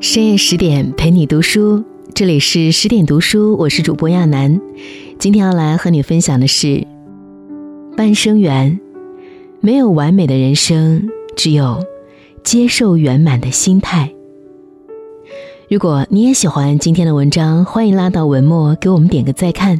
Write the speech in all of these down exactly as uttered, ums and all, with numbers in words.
深夜十点陪你读书，这里是十点读书，我是主播亚楠。今天要来和你分享的是半生缘。没有完美的人生，只有接受圆满的心态。如果你也喜欢今天的文章，欢迎拉到文末给我们点个再看。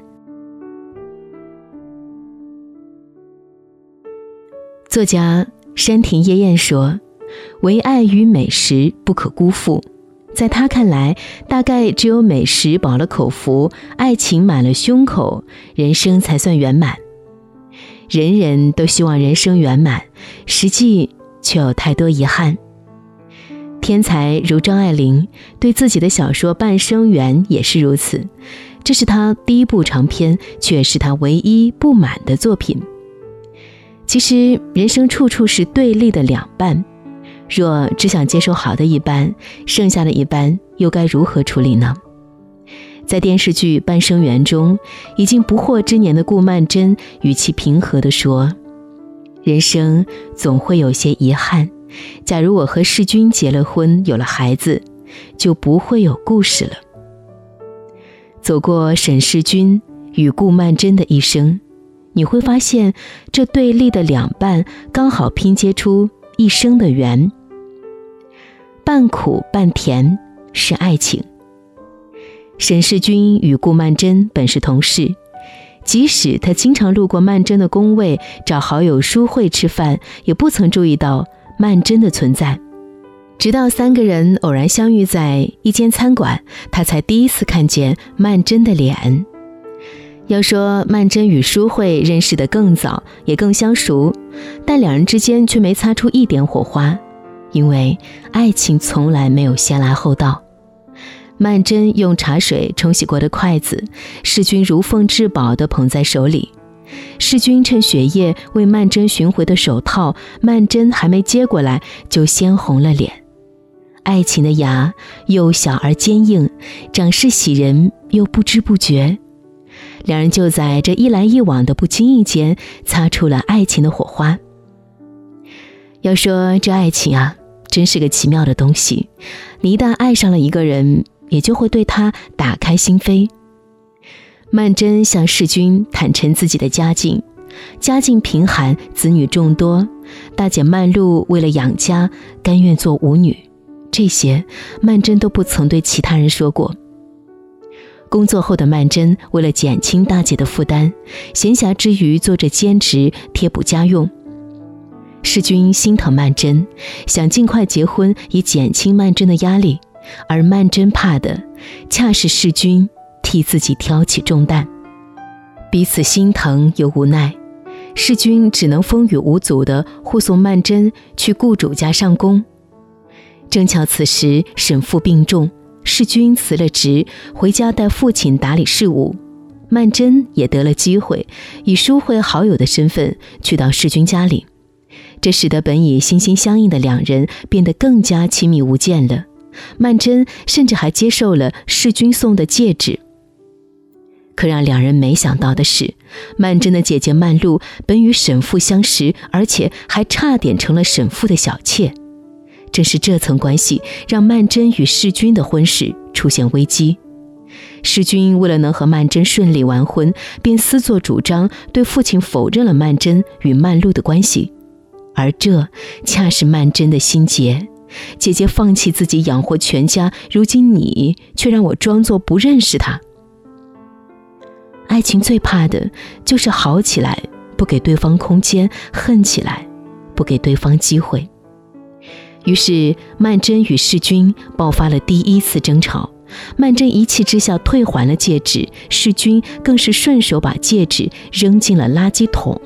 作家山田叶彦说，唯爱与美食不可辜负。在他看来，大概只有美食饱了口福，爱情满了胸口，人生才算圆满。人人都希望人生圆满，实际却有太多遗憾。天才如张爱玲，对自己的小说《半生缘》也是如此。这是她第一部长篇，却是她唯一不满的作品。其实人生处处是对立的两半，若只想接受好的一半，剩下的一半又该如何处理呢？在电视剧《半生缘》中，已经不惑之年的顾曼桢语气平和地说，人生总会有些遗憾，假如我和世钧结了婚，有了孩子，就不会有故事了。走过沈世钧与顾曼桢的一生，你会发现这对立的两半刚好拼接出一生的缘。半苦半甜是爱情。沈世钧与顾曼桢本是同事，即使他经常路过曼桢的工位，找好友舒慧吃饭，也不曾注意到曼桢的存在。直到三个人偶然相遇在一间餐馆，他才第一次看见曼桢的脸。要说曼桢与舒慧认识得更早，也更相熟，但两人之间却没擦出一点火花，因为爱情从来没有先来后到。曼桢用茶水冲洗过的筷子，世钧如奉至宝地捧在手里。世钧趁雪夜为曼桢寻回的手套，曼桢还没接过来，就先红了脸。爱情的芽幼小而坚硬，长势喜人又不知不觉。两人就在这一来一往的不经意间，擦出了爱情的火花。要说这爱情啊，真是个奇妙的东西。你一旦爱上了一个人，也就会对他打开心扉。曼桢向世钧坦陈自己的家境，家境贫寒，子女众多，大姐曼璐为了养家，甘愿做舞女。这些曼桢都不曾对其他人说过。工作后的曼桢为了减轻大姐的负担，闲暇之余做着兼职贴补家用。世钧心疼曼桢，想尽快结婚以减轻曼桢的压力，而曼桢怕的恰是世钧替自己挑起重担。彼此心疼又无奈，世钧只能风雨无阻地护送曼桢去雇主家上工。正巧此时沈父病重，世钧辞了职，回家带父亲打理事务。曼桢也得了机会，以舒慧好友的身份去到世钧家里，这使得本已心心相印的两人变得更加亲密无间了。曼桢甚至还接受了世钧送的戒指。可让两人没想到的是，曼桢的姐姐曼璐本与沈父相识，而且还差点成了沈父的小妾。正是这层关系，让曼桢与世钧的婚事出现危机。世钧为了能和曼桢顺利完婚，便私作主张对父亲否认了曼桢与曼璐的关系，而这恰是曼桢的心结。姐姐放弃自己养活全家，如今你却让我装作不认识她。爱情最怕的就是好起来不给对方空间，恨起来不给对方机会。于是曼桢与世钧爆发了第一次争吵，曼桢一气之下退还了戒指，世钧更是顺手把戒指扔进了垃圾桶。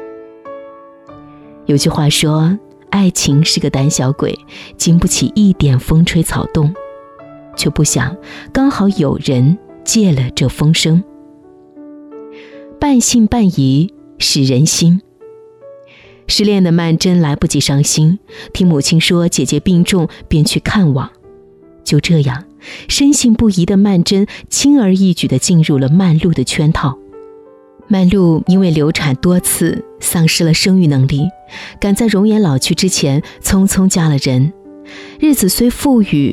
有句话说，爱情是个胆小鬼，经不起一点风吹草动，却不想刚好有人借了这风声。半信半疑是人心。失恋的曼桢来不及伤心，听母亲说姐姐病重，便去看望。就这样，深信不疑的曼桢轻而易举地进入了曼璐的圈套。曼璐因为流产多次，丧失了生育能力，赶在容颜老去之前匆匆嫁了人。日子虽富裕，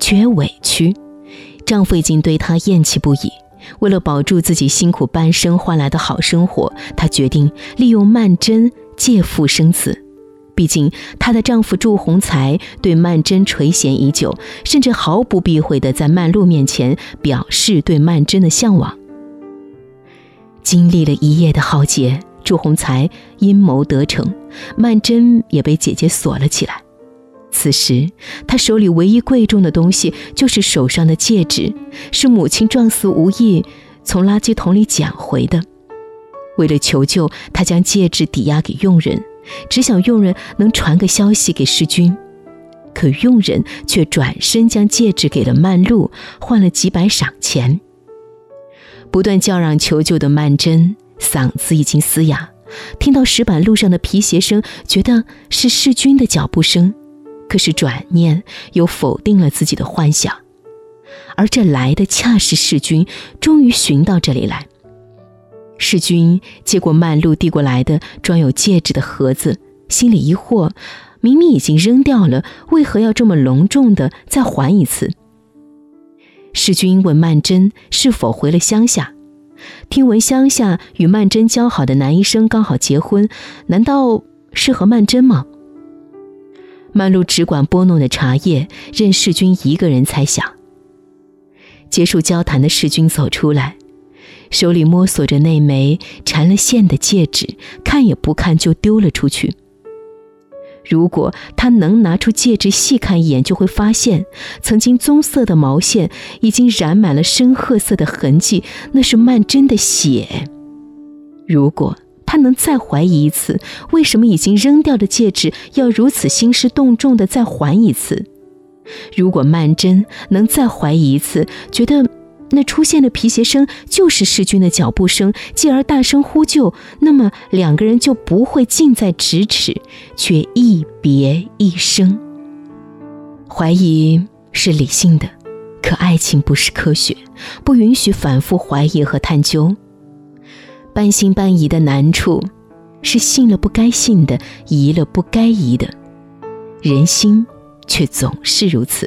却委屈。丈夫已经对她厌弃不已，为了保住自己辛苦半生换来的好生活，她决定利用曼桢借腹生子。毕竟她的丈夫祝鸿才对曼桢垂涎已久，甚至毫不避讳地在曼璐面前表示对曼桢的向往。经历了一夜的浩劫，祝鸿才阴谋得逞，曼桢也被姐姐锁了起来。此时她手里唯一贵重的东西就是手上的戒指，是母亲撞死无意从垃圾桶里捡回的。为了求救，她将戒指抵押给佣人，只想佣人能传个消息给世君。可佣人却转身将戒指给了曼璐，换了几百赏钱。不断叫嚷求救的曼桢嗓子已经嘶哑，听到石板路上的皮鞋声，觉得是世君的脚步声，可是转念又否定了自己的幻想。而这来的恰是世君，终于寻到这里来。世君接过曼璐递过来的装有戒指的盒子，心里疑惑，明明已经扔掉了，为何要这么隆重的再还一次？世君问曼桢是否回了乡下，听闻乡下与曼桢交好的男医生刚好结婚，难道是和曼桢吗？曼璐只管拨弄的茶叶，任世君一个人猜想。结束交谈的世君走出来，手里摸索着那枚缠了线的戒指，看也不看就丢了出去。如果他能拿出戒指细看一眼，就会发现曾经棕色的毛线已经染满了深褐色的痕迹，那是曼桢的血。如果他能再怀疑一次，为什么已经扔掉的戒指要如此兴师动众地再还一次？如果曼桢能再怀疑一次，觉得那出现的皮鞋声就是世君的脚步声，继而大声呼救，那么两个人就不会近在咫尺，却一别一生。怀疑是理性的，可爱情不是科学，不允许反复怀疑和探究。半信半疑的难处是信了不该信的，疑了不该疑的，人心却总是如此。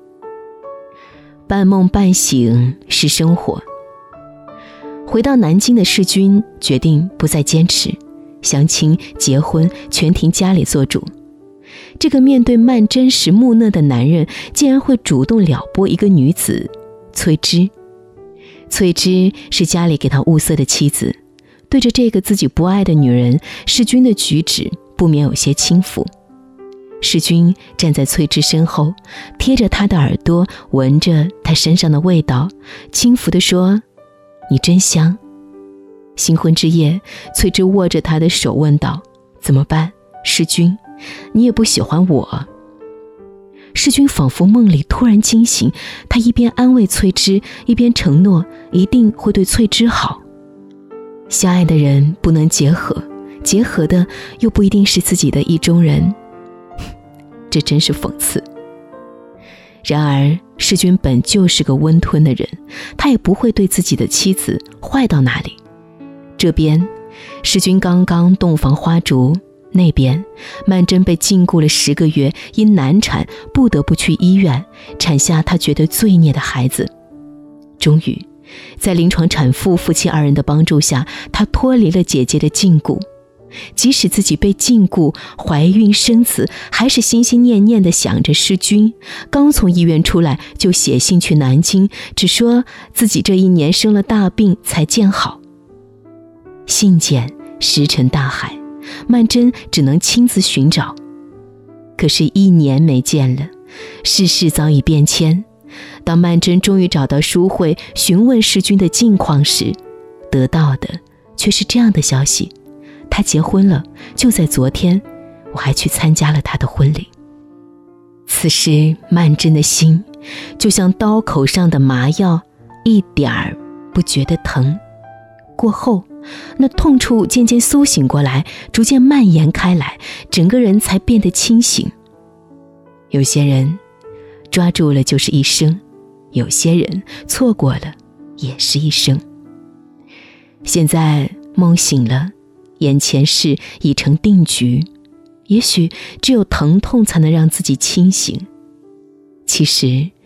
半梦半醒是生活。回到南京的世君决定不再坚持，相亲结婚全凭家里做主。这个面对曼桢时木讷的男人，竟然会主动撩拨一个女子翠芝。翠芝是家里给他物色的妻子，对着这个自己不爱的女人，世君的举止不免有些轻浮。世君站在翠芝身后，贴着她的耳朵，闻着她身上的味道，轻浮地说：“你真香。”新婚之夜，翠芝握着他的手问道：“怎么办？世君，你也不喜欢我？”世君仿佛梦里突然惊醒，他一边安慰翠芝，一边承诺一定会对翠芝好。相爱的人不能结合，结合的又不一定是自己的意中人。这真是讽刺。然而世君本就是个温吞的人，他也不会对自己的妻子坏到哪里。这边世君刚刚洞房花烛，那边曼桢被禁锢了十个月，因难产不得不去医院产下他觉得罪孽的孩子。终于在临床产妇夫妻二人的帮助下，他脱离了姐姐的禁锢。即使自己被禁锢，怀孕生子，还是心心念念地想着世君。刚从医院出来，就写信去南京，只说自己这一年生了大病才见好。信件石沉大海，曼桢只能亲自寻找。可是一年没见了，世事早已变迁。当曼桢终于找到书会，询问世君的近况时，得到的却是这样的消息：他结婚了，就在昨天，我还去参加了他的婚礼。此时曼桢的心就像刀口上的麻药，一点儿不觉得疼。过后那痛处渐渐苏醒过来，逐渐蔓延开来，整个人才变得清醒。有些人抓住了就是一生，有些人错过了也是一生。现在梦醒了，眼前事已成定局，也许只有疼痛才能让自己清醒。其实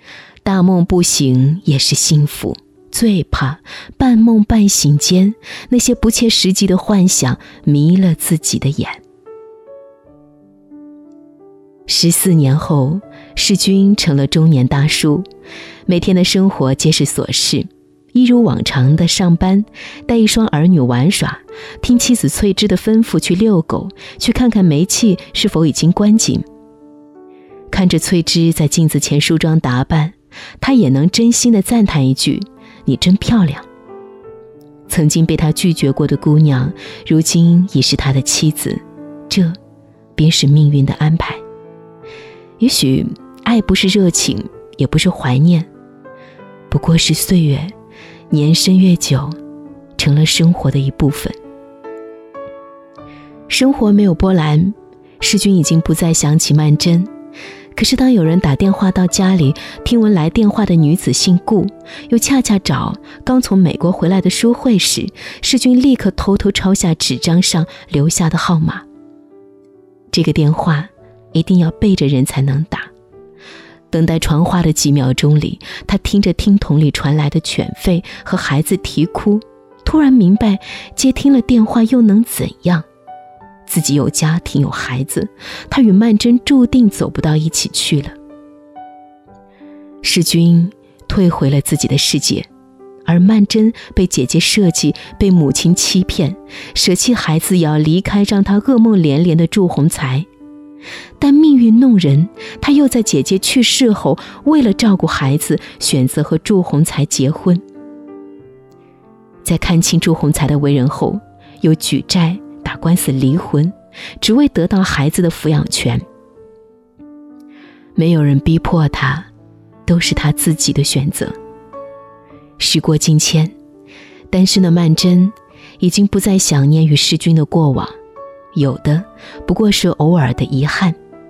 大梦不醒也是幸福，最怕半梦半醒间那些不切实际的幻想迷了自己的眼。十四年后，世钧成了中年大叔，每天的生活皆是琐事，一如往常的上班，带一双儿女玩耍，听妻子翠芝的吩咐去遛狗，去看看煤气是否已经关紧。看着翠芝在镜子前梳妆打扮，他也能真心地赞叹一句：你真漂亮。曾经被他拒绝过的姑娘，如今已是他的妻子，这便是命运的安排。也许爱不是热情，也不是怀念，不过是岁月年深月久，成了生活的一部分。生活没有波澜，世钧已经不再想起曼桢。可是当有人打电话到家里，听闻来电话的女子姓顾，又恰恰找刚从美国回来的淑慧时，世钧立刻偷偷抄下纸张上留下的号码。这个电话一定要背着人才能打。等待传话的几秒钟里，他听着听筒里传来的犬吠和孩子啼哭，突然明白接听了电话又能怎样？自己有家庭有孩子，他与曼桢注定走不到一起去了。世钧退回了自己的世界，而曼桢被姐姐设计，被母亲欺骗，舍弃孩子也要离开让他噩梦连连的祝鸿才。但命运弄人，他又在姐姐去世后，为了照顾孩子，选择和祝鸿才结婚。在看清祝鸿才的为人后，又举债打官司离婚，只为得到孩子的抚养权。没有人逼迫他，都是他自己的选择。时过境迁，单身的曼桢已经不再想念与世钧的过往，有的不过是偶尔的遗憾。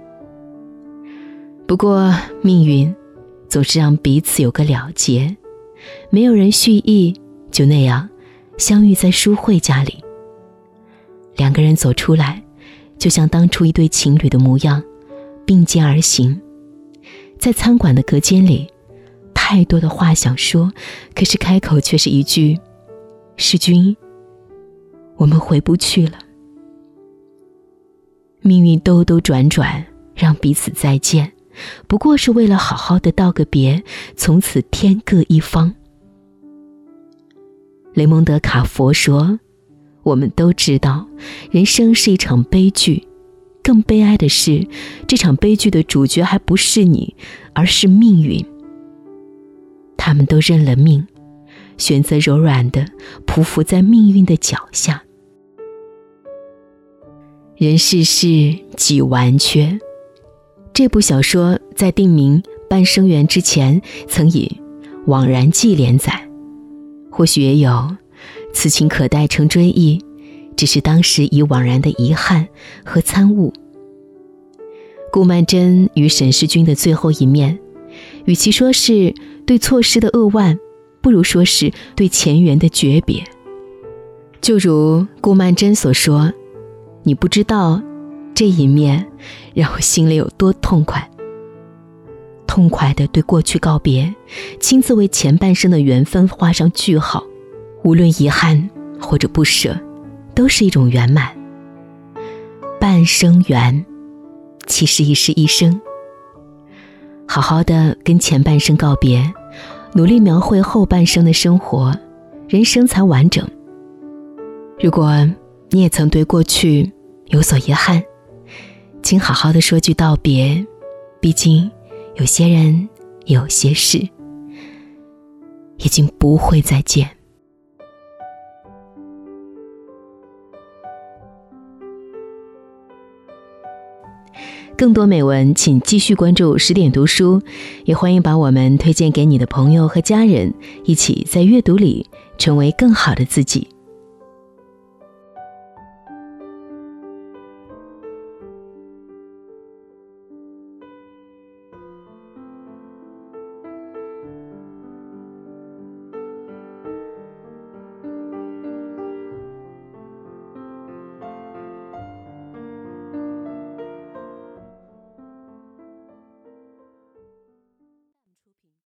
不过命运总是让彼此有个了结，没有人蓄意就那样相遇在淑慧家里。两个人走出来，就像当初一对情侣的模样，并肩而行。在餐馆的隔间里，太多的话想说，可是开口却是一句：世钧，我们回不去了。命运兜兜转转，让彼此再见，不过是为了好好的道个别，从此天各一方。雷蒙德·卡佛说，我们都知道人生是一场悲剧，更悲哀的是，这场悲剧的主角还不是你，而是命运。他们都认了命，选择柔软的匍匐在命运的脚下。人世事几完缺，这部小说在定名《半生缘》之前曾以《惘然记》连载，或许也有此情可待成追忆，只是当时已惘然的遗憾和参悟。顾曼桢与沈世钧的最后一面，与其说是对错失的扼腕，不如说是对前缘的诀别。就如顾曼桢所说，你不知道这一面让我心里有多痛快。痛快地对过去告别，亲自为前半生的缘分画上句号，无论遗憾或者不舍，都是一种圆满。半生缘，其实已是一生。好好的跟前半生告别，努力描绘后半生的生活，人生才完整。如果你也曾对过去有所遗憾，请好好的说句道别，毕竟有些人有些事已经不会再见。更多美文请继续关注十点读书，也欢迎把我们推荐给你的朋友和家人，一起在阅读里成为更好的自己。